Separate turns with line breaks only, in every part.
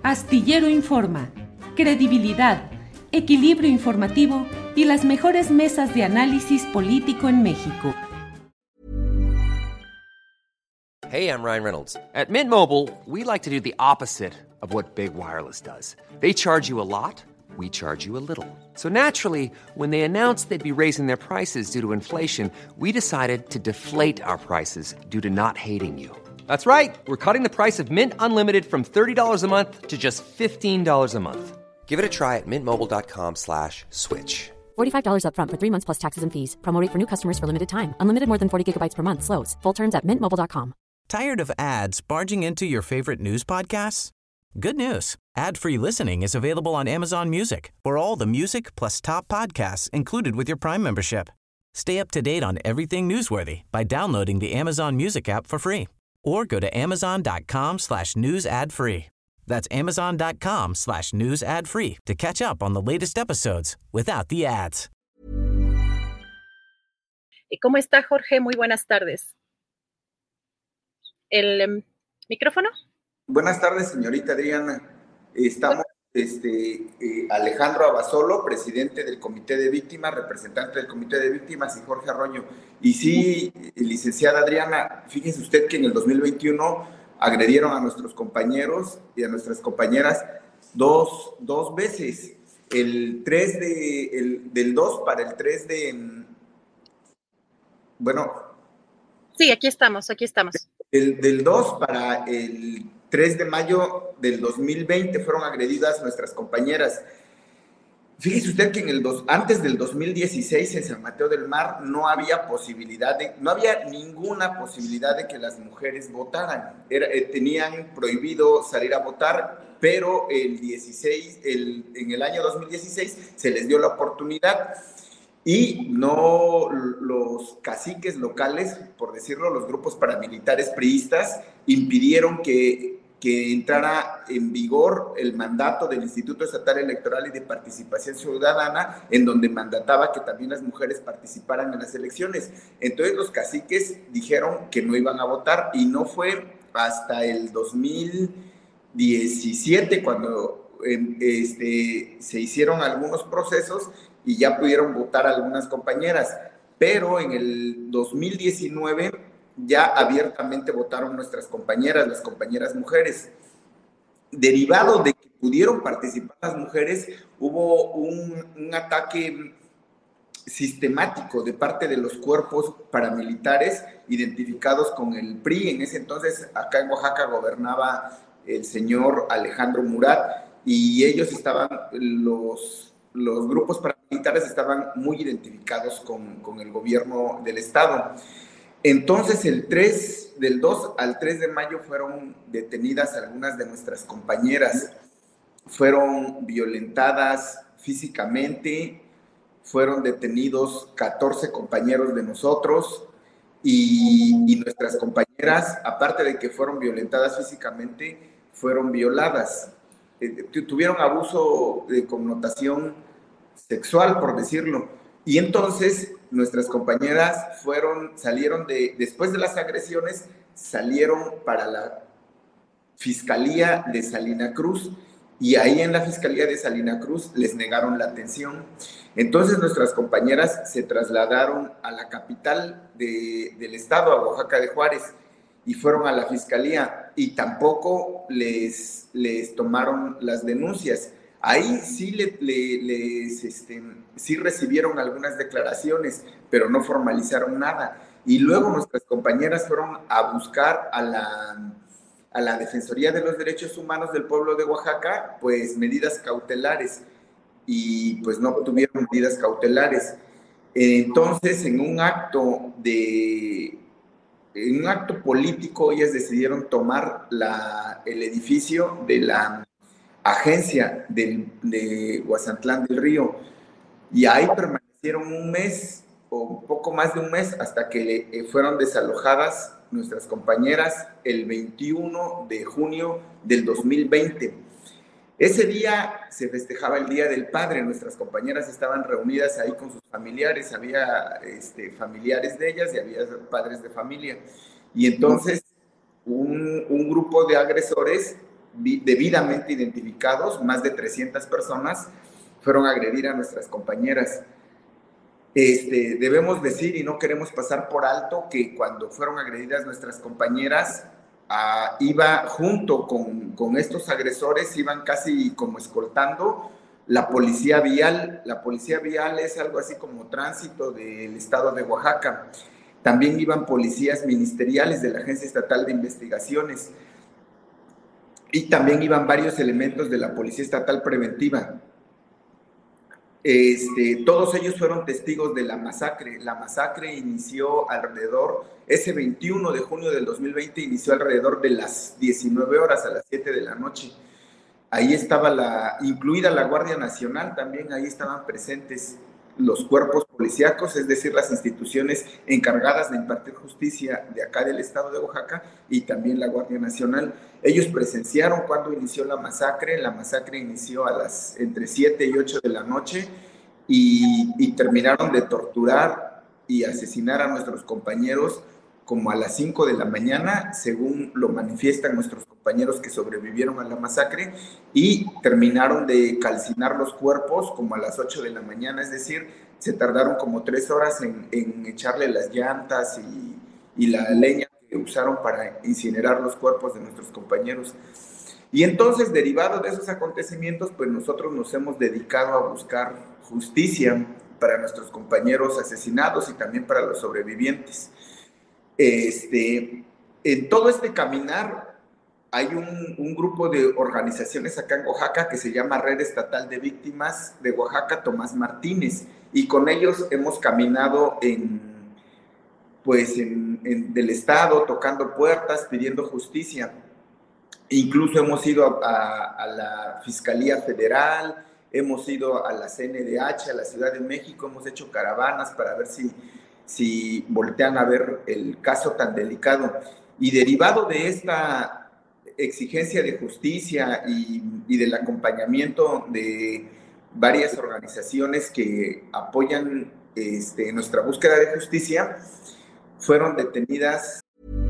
Astillero Informa, credibilidad, equilibrio informativo y las mejores mesas de análisis político en México.
Hey, I'm Ryan Reynolds. At Mint Mobile, we like to do the opposite of what Big Wireless does. They charge you a lot, we charge you a little. So naturally, when they announced they'd be raising their prices due to inflation, we decided to deflate our prices due to not hating you. That's right. We're cutting the price of Mint Unlimited from $30 a month to just $15 a month. Give it a try at mintmobile.com/switch.
$45 up front for 3 months plus taxes and fees. Promo rate for new customers for limited time. Unlimited more than 40 gigabytes per month. Slows full terms at mintmobile.com.
Tired of ads barging into your favorite news podcasts? Good news. Ad-free listening is available on Amazon Music for all the music plus top podcasts included with your Prime membership. Stay up to date on everything newsworthy by downloading the Amazon Music app for free or go to amazon.com/news ad free. That's amazon.com/news ad free to catch up on the latest episodes without the ads.
¿Cómo está, Jorge? Muy buenas tardes. ¿El micrófono?
Buenas tardes, señorita Adriana. Estamos Alejandro Abasolo, presidente del Comité de Víctimas, representante del Comité de Víctimas, y Jorge Arroyo. Y sí, licenciada Adriana, fíjese usted que en el 2021 agredieron a nuestros compañeros y a nuestras compañeras dos veces. Del 2 para el 3 de... Bueno...
Sí, aquí estamos.
Del 2 para el 3 de mayo del 2020 fueron agredidas nuestras compañeras. Fíjese usted que antes del 2016 en San Mateo del Mar no había ninguna posibilidad de que las mujeres votaran. Tenían prohibido salir a votar, pero en el año 2016 se les dio la oportunidad. Y no los caciques locales, por decirlo, los grupos paramilitares priistas, impidieron que entrara en vigor el mandato del Instituto Estatal Electoral y de Participación Ciudadana, en donde mandataba que también las mujeres participaran en las elecciones. Entonces los caciques dijeron que no iban a votar, y no fue hasta el 2017 cuando se hicieron algunos procesos y ya pudieron votar algunas compañeras, pero en el 2019 ya abiertamente votaron nuestras compañeras, las compañeras mujeres. Derivado de que pudieron participar las mujeres, hubo un ataque sistemático de parte de los cuerpos paramilitares identificados con el PRI. En ese entonces, acá en Oaxaca gobernaba el señor Alejandro Murat, y ellos los grupos paramilitares estaban muy identificados con el gobierno del estado. Entonces, del 2 al 3 de mayo fueron detenidas algunas de nuestras compañeras, fueron violentadas físicamente, fueron detenidos 14 compañeros de nosotros, y nuestras compañeras, aparte de que fueron violentadas físicamente, fueron violadas. Tuvieron abuso de connotación sexual, por decirlo. Y entonces nuestras compañeras después de las agresiones, salieron para la Fiscalía de Salina Cruz, y ahí en la Fiscalía de Salina Cruz les negaron la atención. Entonces nuestras compañeras se trasladaron a la capital del estado, a Oaxaca de Juárez, y fueron a la fiscalía, y tampoco les tomaron las denuncias. Ahí sí sí recibieron algunas declaraciones, pero no formalizaron nada. Y luego nuestras compañeras fueron a buscar a la Defensoría de los Derechos Humanos del pueblo de Oaxaca, pues medidas cautelares, y pues no obtuvieron medidas cautelares. Entonces, en un acto político, ellas decidieron tomar el edificio de la agencia de Huasantlán del Río, y ahí permanecieron un mes o un poco más de un mes, hasta que fueron desalojadas nuestras compañeras el 21 de junio del 2020. Ese día se festejaba el Día del Padre. Nuestras compañeras estaban reunidas ahí con sus familiares, había familiares de ellas y había padres de familia. Y entonces un grupo de agresores debidamente identificados, más de 300 personas fueron a agredir a nuestras compañeras. Debemos decir, y no queremos pasar por alto, que cuando fueron agredidas nuestras compañeras, iba junto con estos agresores, iban casi como escoltando la policía vial. La policía vial es algo así como tránsito del estado de Oaxaca. También iban policías ministeriales de la Agencia Estatal de Investigaciones y también iban varios elementos de la Policía Estatal Preventiva. Todos ellos fueron testigos de la masacre. La masacre inició alrededor, ese 21 de junio del 2020, inició alrededor de las 19 horas, a las 7 de la noche. Ahí estaba incluida la Guardia Nacional, también ahí estaban presentes los cuerpos policíacos, es decir, las instituciones encargadas de impartir justicia de acá del estado de Oaxaca y también la Guardia Nacional. Ellos presenciaron cuando inició la masacre. La masacre inició entre 7 y 8 de la noche y terminaron de torturar y asesinar a nuestros compañeros como a las 5 de la mañana, según lo manifiestan nuestros compañeros que sobrevivieron a la masacre, y terminaron de calcinar los cuerpos como a las 8 de la mañana, es decir, se tardaron como 3 horas en echarle las llantas y la leña que usaron para incinerar los cuerpos de nuestros compañeros. Y entonces, derivado de esos acontecimientos, pues nosotros nos hemos dedicado a buscar justicia para nuestros compañeros asesinados y también para los sobrevivientes. En todo este caminar hay un grupo de organizaciones acá en Oaxaca que se llama Red Estatal de Víctimas de Oaxaca Tomás Martínez, y con ellos hemos caminado del estado, tocando puertas, pidiendo justicia. Incluso hemos ido a la Fiscalía Federal, hemos ido a la CNDH, a la Ciudad de México, hemos hecho caravanas para ver si voltean a ver el caso tan delicado. Y derivado de esta exigencia de justicia y del acompañamiento de varias organizaciones que apoyan nuestra búsqueda de justicia, fueron detenidas.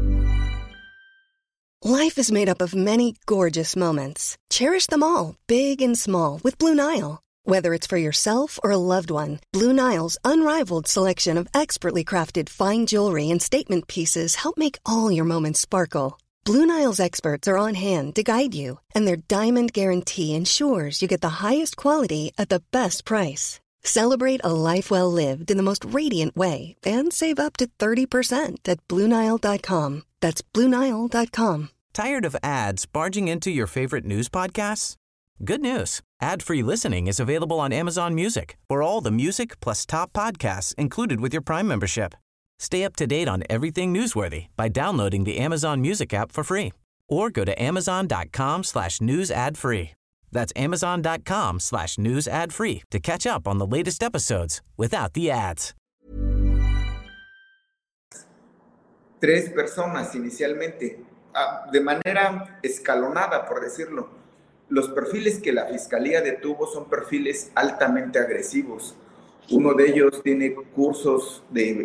Life is made up of many gorgeous moments. Cherish them all, big and small, with Blue Nile. Whether it's for yourself or a loved one, Blue Nile's unrivaled selection of expertly crafted fine jewelry and statement pieces help make all your moments sparkle. Blue Nile's experts are on hand to guide you, and their diamond guarantee ensures you get the highest quality at the best price. Celebrate a life well lived in the most radiant way and save up to 30% at BlueNile.com. That's BlueNile.com.
Tired of ads barging into your favorite news podcasts? Good news. Ad-free listening is available on Amazon Music for all the music plus top podcasts included with your Prime membership. Stay up to date on everything newsworthy by downloading the Amazon Music app for free or go to amazon.com/news ad free. That's amazon.com/news ad free to catch up on the latest episodes without the ads.
3 personas inicialmente, de manera escalonada, por decirlo. Los perfiles que la Fiscalía detuvo son perfiles altamente agresivos. Uno de ellos tiene cursos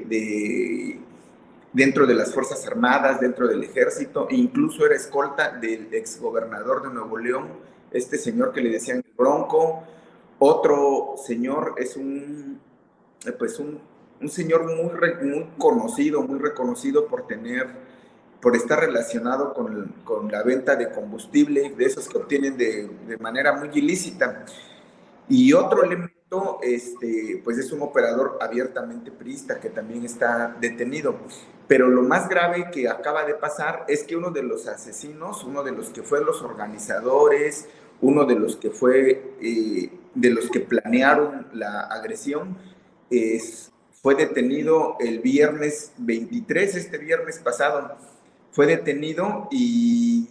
dentro de las Fuerzas Armadas, dentro del Ejército, e incluso era escolta del exgobernador de Nuevo León, este señor que le decían el Bronco. Otro señor es un señor muy conocido, muy reconocido por estar relacionado con la venta de combustible, de esos que obtienen de manera muy ilícita. Y otro elemento, pues es un operador abiertamente priista que también está detenido. Pero lo más grave que acaba de pasar es que uno de los asesinos, uno de los que fue los organizadores, uno de los que de los que planearon la agresión, fue detenido el viernes 23, este viernes pasado. Fue detenido y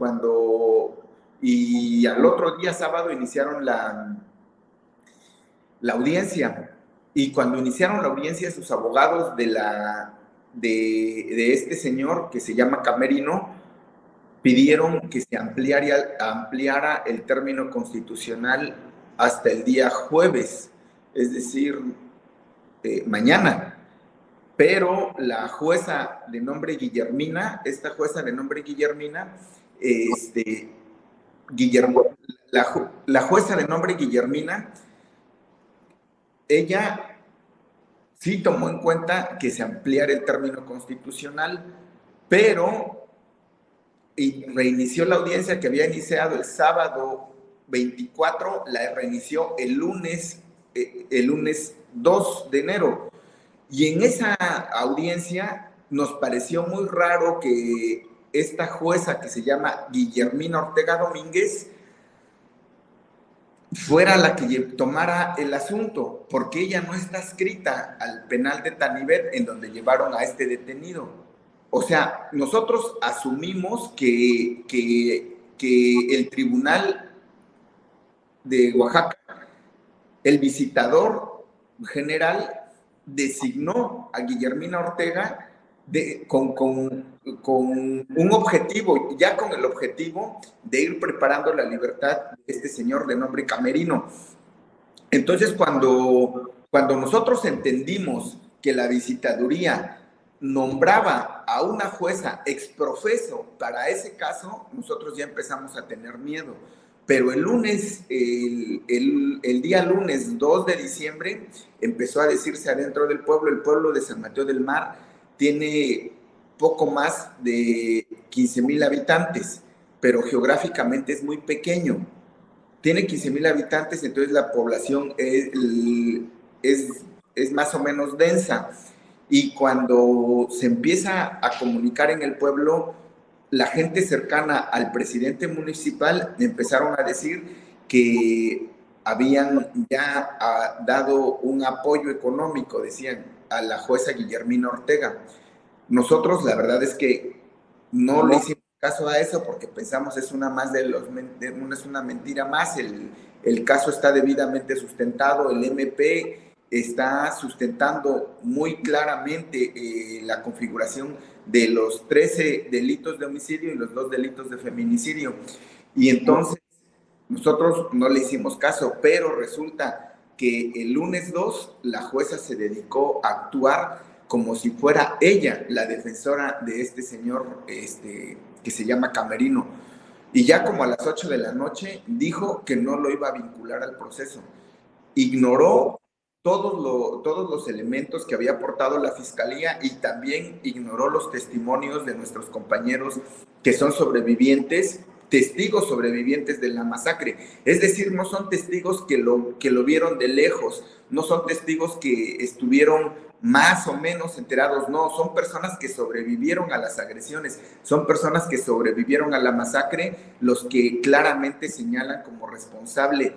al otro día, sábado, iniciaron la audiencia. Y cuando iniciaron la audiencia, sus abogados de este señor, que se llama Camerino, pidieron que se ampliara el término constitucional hasta el día jueves, es decir, mañana. Pero la jueza de nombre Guillermina, la jueza de nombre Guillermina, ella sí tomó en cuenta que se ampliara el término constitucional, pero reinició la audiencia que había iniciado el sábado 24, la reinició el lunes 2 de enero. Y en esa audiencia nos pareció muy raro que esta jueza que se llama Guillermina Ortega Domínguez fuera la que tomara el asunto, porque ella no está adscrita al penal de Tanivet en donde llevaron a este detenido. O sea, nosotros asumimos que el Tribunal de Oaxaca, el visitador general, designó a Guillermina Ortega con un objetivo, ya con el objetivo de ir preparando la libertad de este señor de nombre Camerino. Entonces, cuando nosotros entendimos que la visitaduría nombraba a una jueza exprofeso para ese caso, nosotros ya empezamos a tener miedo. Pero el lunes, el día lunes 2 de diciembre, empezó a decirse adentro del pueblo, el pueblo de San Mateo del Mar tiene poco más de 15,000 habitantes, pero geográficamente es muy pequeño. Tiene 15,000 habitantes, entonces la población es más o menos densa. Y cuando se empieza a comunicar en el pueblo, la gente cercana al presidente municipal empezaron a decir que habían ya dado un apoyo económico, decían, a la jueza Guillermina Ortega. Nosotros la verdad es que no le hicimos caso a eso porque pensamos es una mentira más, el caso está debidamente sustentado, el MP está sustentando muy claramente la configuración de los 13 delitos de homicidio y los 2 delitos de feminicidio. Y entonces nosotros no le hicimos caso, pero resulta que el lunes 2 la jueza se dedicó a actuar como si fuera ella la defensora de este señor que se llama Camerino. Y ya como a las 8 de la noche dijo que no lo iba a vincular al proceso. Ignoró todos los elementos que había aportado la Fiscalía y también ignoró los testimonios de nuestros compañeros que son sobrevivientes, testigos sobrevivientes de la masacre. Es decir, no son testigos que lo vieron de lejos, no son testigos que estuvieron más o menos enterados, no, son personas que sobrevivieron a las agresiones, son personas que sobrevivieron a la masacre, los que claramente señalan como responsable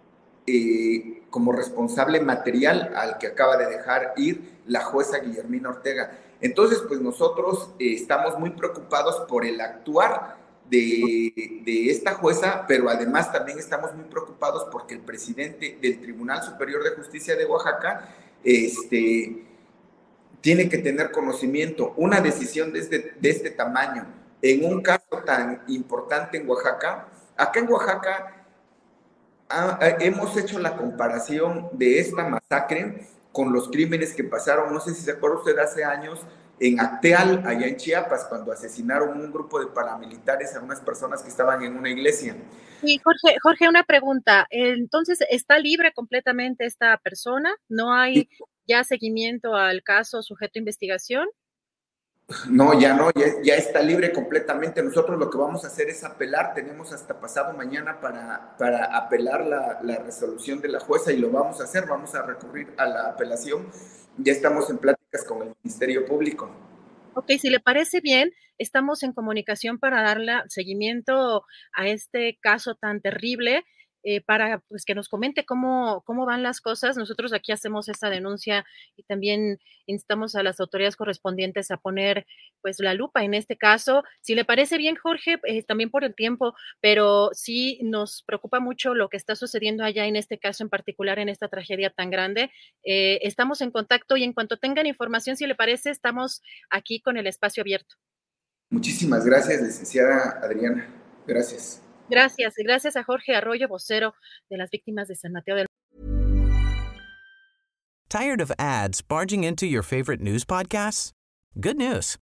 material al que acaba de dejar ir la jueza Guillermina Ortega. Entonces, pues nosotros estamos muy preocupados por el actuar de esta jueza, pero además también estamos muy preocupados porque el presidente del Tribunal Superior de Justicia de Oaxaca tiene que tener conocimiento. Una decisión de este tamaño en un caso tan importante en Oaxaca. Acá en Oaxaca hemos hecho la comparación de esta masacre con los crímenes que pasaron, no sé si se acuerda usted, hace años en Acteal, allá en Chiapas, cuando asesinaron un grupo de paramilitares a unas personas que estaban en una iglesia.
Sí, Jorge, una pregunta. Entonces, ¿está libre completamente esta persona? ¿No hay ya seguimiento al caso sujeto a investigación?
No, ya está libre completamente. Nosotros lo que vamos a hacer es apelar, tenemos hasta pasado mañana para apelar la resolución de la jueza y lo vamos a hacer, vamos a recurrir a la apelación. Ya estamos en pláticas con el Ministerio Público.
Ok, si le parece bien, estamos en comunicación para darle seguimiento a este caso tan terrible, para pues que nos comente cómo van las cosas. Nosotros aquí hacemos esta denuncia y también instamos a las autoridades correspondientes a poner pues la lupa en este caso. Si le parece bien, Jorge, también por el tiempo, pero sí nos preocupa mucho lo que está sucediendo allá en este caso en particular, en esta tragedia tan grande. Estamos en contacto y en cuanto tengan información, si le parece, estamos aquí con el espacio abierto.
Muchísimas gracias, licenciada Adriana. Gracias.
Gracias a Jorge Arroyo, vocero de las víctimas de San Mateo del Mar.
Tired of ads barging into your favorite news podcasts? Good news.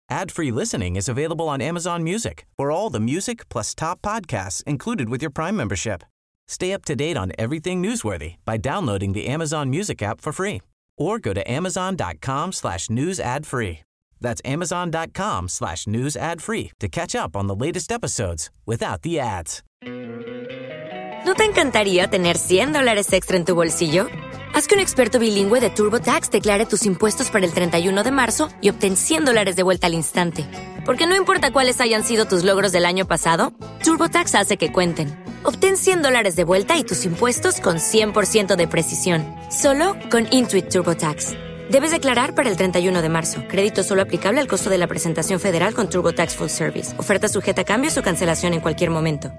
Ad-free listening is available on Amazon Music for all the music plus top podcasts included with your Prime membership. Stay up to date on everything newsworthy by downloading the Amazon Music app for free or go to amazon.com/news ad free. That's amazon.com/news ad free to catch up on the latest episodes without the ads.
¿No te encantaría tener $100 extra en tu bolsillo? Haz que un experto bilingüe de TurboTax declare tus impuestos para el 31 de marzo y obtén $100 de vuelta al instante. Porque no importa cuáles hayan sido tus logros del año pasado, TurboTax hace que cuenten. Obtén $100 de vuelta y tus impuestos con 100% de precisión. Solo con Intuit TurboTax. Debes declarar para el 31 de marzo. Crédito solo aplicable al costo de la presentación federal con TurboTax Full Service. Oferta sujeta a cambios o cancelación en cualquier momento.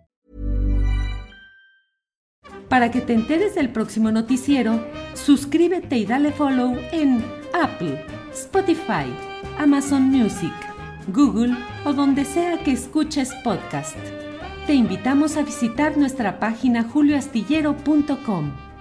Para que te enteres del próximo noticiero, suscríbete y dale follow en Apple, Spotify, Amazon Music, Google o donde sea que escuches podcast. Te invitamos a visitar nuestra página julioastillero.com.